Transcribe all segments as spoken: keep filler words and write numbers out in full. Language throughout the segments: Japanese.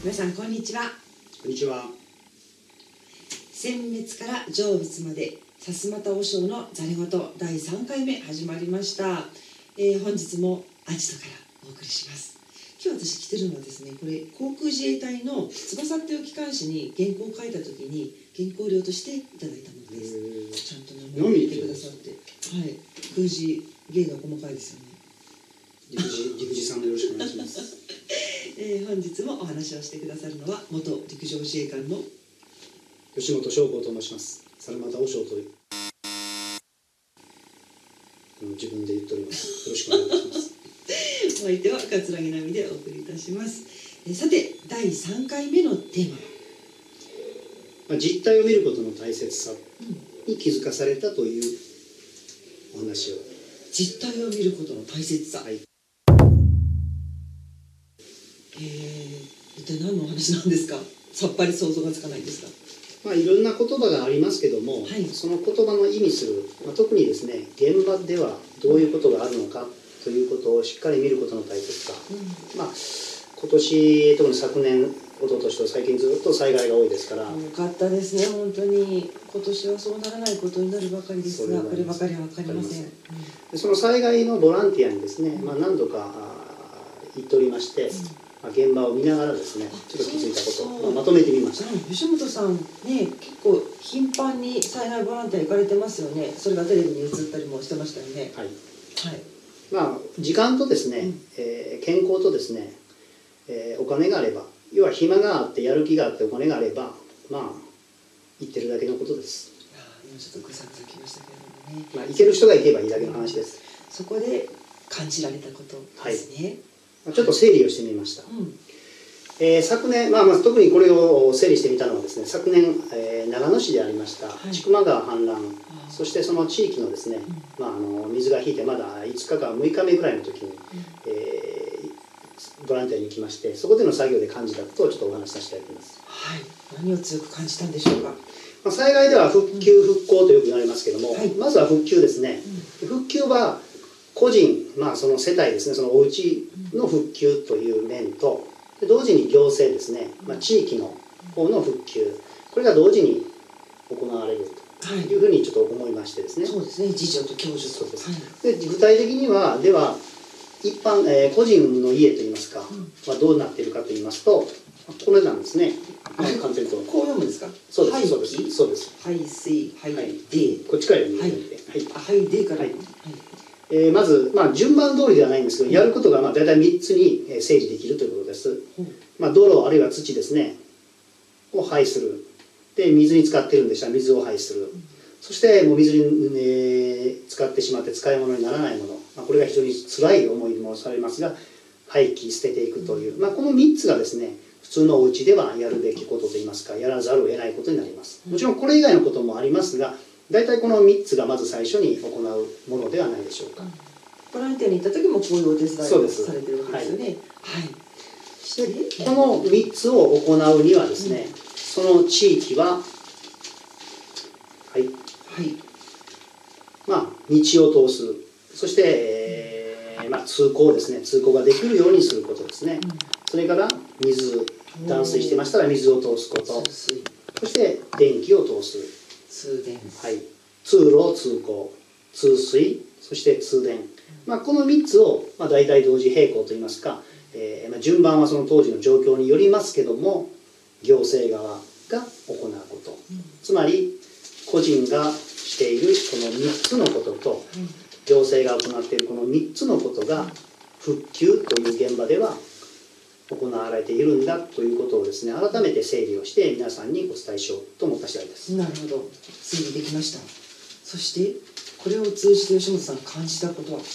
皆さんこんにちは。 こんにちは。 殲滅から成仏までさすまた和尚のざれ言だいさんかいめ始まりました。えー、本日もアジトからお送りします。今日私来てるのはですね、これ航空自衛隊の翼っていう機関誌に原稿を書いた時に原稿料としていただいたものです。ちゃんと名前を言ってくださって、はい、空自芸が細かいですよね。 陸自陸自さんもよろしくお願いします。 えー、本日もお話をしてくださるのは元陸上自衛官の吉本翔吾と申します。さるまた和尚と自分で言っております。よろしくお願いいたします。 お相手は桂木奈美でお送りいたします。えさてだいさんかいめのテーマは、 まあ、実態を見ることの大切さに気づかされたというお話を。 実態を見ることの大切さ、はい、えー、一体何のお話なんですか？さっぱり想像がつかないんですが、 まあ、いろんな言葉がありますけども、はい、その言葉の意味する、まあ、特にですね現場ではどういうことがあるのかということをしっかり見ることの大切さ、うん、まあ今年特に昨年一昨年と最近ずっと災害が多いですから。 よかったですね。本当に今年はそうならないことになるばかりですが、こればかりは分かりません。 でその災害のボランティアにですね、まあ、何度か行っておりまして、うんまあ、現場を見ながらですねちょっと気づいたことを、まあ、まとめてみました。 吉本さんね、結構頻繁に災害ボランティア行かれてますよね。それがテレビに映ったりもしてましたよね。はい、 はい、まあ時間とですね、うん、えー、健康とですね、えー、お金があれば、要は暇があってやる気があってお金があれば、まあ行ってるだけのことです。 今ちょっとぐさぐさきましたけれどもね、 まあ、行ける人が行けばいいだけの話です。 そこで感じられたことですね。 はい、ちょっと整理をしてみました。うん、えー、昨年、まあ、まあ特にこれを整理してみたのはですね、昨年、えー、長野市でありました千曲川氾濫、はい、そしてその地域のですね、うん、まあ、あの水が引いてまだいつかかむいかめぐらいの時に、うん、えー、ボランティアに行きまして、そこでの作業で感じたことをちょっとお話しさせていただきます。 はい、何を強く感じたんでしょうか。 まあ、災害では復旧復興とよく言われますけども、はい、まずは復旧ですね。うん、復旧は個人、まあ、その世帯ですね、そのお家の復旧という面と、同時に行政ですね、まあ、地域の方の復旧、これが同時に行われるというふうにちょっと思いましてですね。 そうですね、自助と共助と。 そうです。はい、で具体的には、では一般、えー、個人の家といいますか、はどうなっているかといいますと、これなんですね。 まあ、簡単にこう読むんですか。 そうです。そうです。そうです。 排水、排で、 で、 こっちから読んで。はい。 はい、でから。はい。 えー、まず、まあ、順番通りではないんですけど、やることがまあ大体みっつに整理できるということです。うん、まあ、泥あるいは土ですねを排する。で、水に浸かっているんでしたら水を排する。うん、そしてもう水に、ね、使ってしまって使い物にならないもの、まあ、これが非常に辛い思いもされますが廃棄捨てていくという、まあ、このみっつがですね普通のお家ではやるべきことといいますか、やらざるを得ないことになります。もちろんこれ以外のこともありますが、大体このみっつがまず最初に行うものではないでしょうか。 ボランティアに行った時もこういうお手伝いをされてるわけですよね。はい。 はい、このみっつを行うにはですね、うん、その地域は、はい、はい、まあ道を通す、そして、えーまあ、通行ですね、通行ができるようにすることですね。うん、それから水、断水してましたら水を通すこと、そして電気を通す、 通電、 はい、通路、通行、通水、そして通電、まあ、このみっつを、まあ、大体同時並行といいますか、えーまあ、順番はその当時の状況によりますけども、行政側が行うこと、うん、つまり個人がしているこのみっつのことと、うん、行政が行っているこのみっつのことが復旧という現場では行われているんだということをですね、改めて整理をして皆さんにお伝えしようと思った次第です。 なるほど、整理できました。そしてこれを通じて吉本さん感じたことは。はい、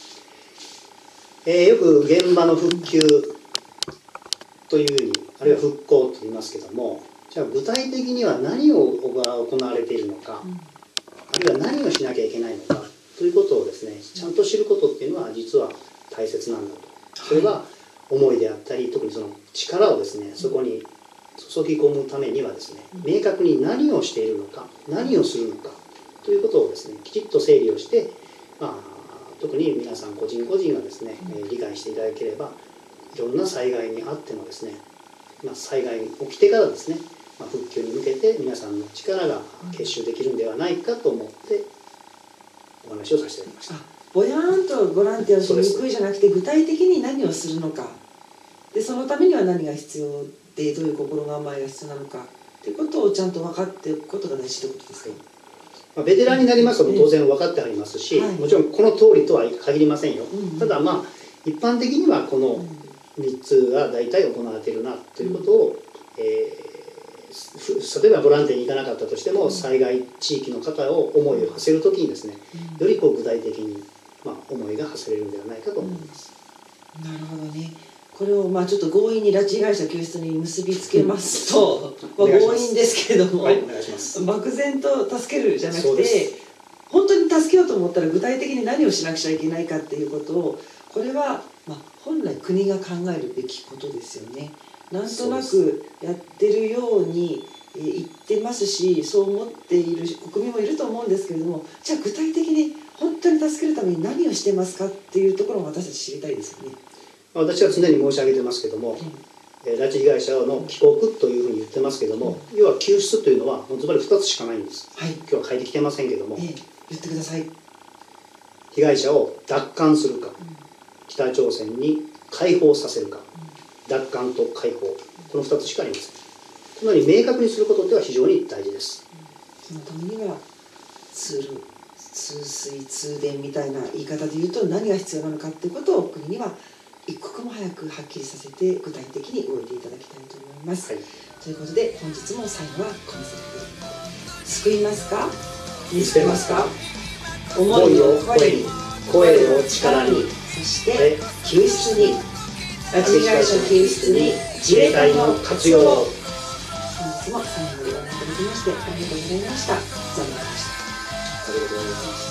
えー、よく現場の復旧というふうに、あるいは復興と言いますけども、じゃあ具体的には何を行われているのか、うん、あるいは何をしなきゃいけないのかということをですね、ちゃんと知ることっていうのは実は大切なんだと。それは思いであったり、特にその力をですね、そこに注ぎ込むためにはですね、明確に何をしているのか、何をするのかということをですね、きちっと整理をして、まあ、特に皆さん個人個人がですね、理解していただければ、いろんな災害にあってもですね、 まあ、災害起きてからですね、まあ、復旧に向けて皆さんの力が結集できるんではないかと思ってお話をさせていただきました。 ぼやーんとボランティアをしにくいじゃなくて、具体的に何をするのか、でそのためには何が必要で、どういう心構えが必要なのかということをちゃんと分かっておくことが大事ということですか。はい、 まあ、ベテランになりますと当然分かってありますし、はい、もちろんこの通りとは限りませんよ、うんうん、ただまあ一般的にはこのみっつが大体行われているなということを、うん、えー、例えばボランティアに行かなかったとしても、災害地域の方を思いを馳せるときにですね、よりこう具体的に、まあ、思いが馳せれるんではないかと思います。 うん、なるほどね。これをまあちょっと強引に拉致被害者救出に結びつけますと、まあ強引ですけれども、はい、お願いします。漠然と助けるじゃなくて、本当に助けようと思ったら具体的に何をしなくちゃいけないかっていうことを、これはまあ本来国が考えるべきことですよね。なんとなくやってるように言ってますし、そう思っている国民もいると思うんですけれども、じゃあ具体的に本当に助けるために何をしてますかっていうところを私たち知りたいですよね。 私は常に申し上げてますけども、うん、拉致被害者の帰国というふうに言ってますけども、うん、要は救出というのはもうつまりふたつしかないんです、はい、今日は書いてきてませんけども、えー、 言ってください。 被害者を奪還するか、うん、北朝鮮に解放させるか、うん、奪還と解放、このふたつしかありません。つまり明確にすることでは非常に大事です。 そのためにはツール通水通電みたいな言い方で言うと、何が必要なのかっていうことを国には一刻も早くはっきりさせて具体的に動いていただきたいと思います、はい、ということで本日も最後はこのセリフ。救いますか、見捨てますか、思いを声に、声を力に、そして救出に、拉致被害者救出に自衛隊の活用。本日も最後までご覧いただきましてありがとうございました。残念でした。 ありがとうございます。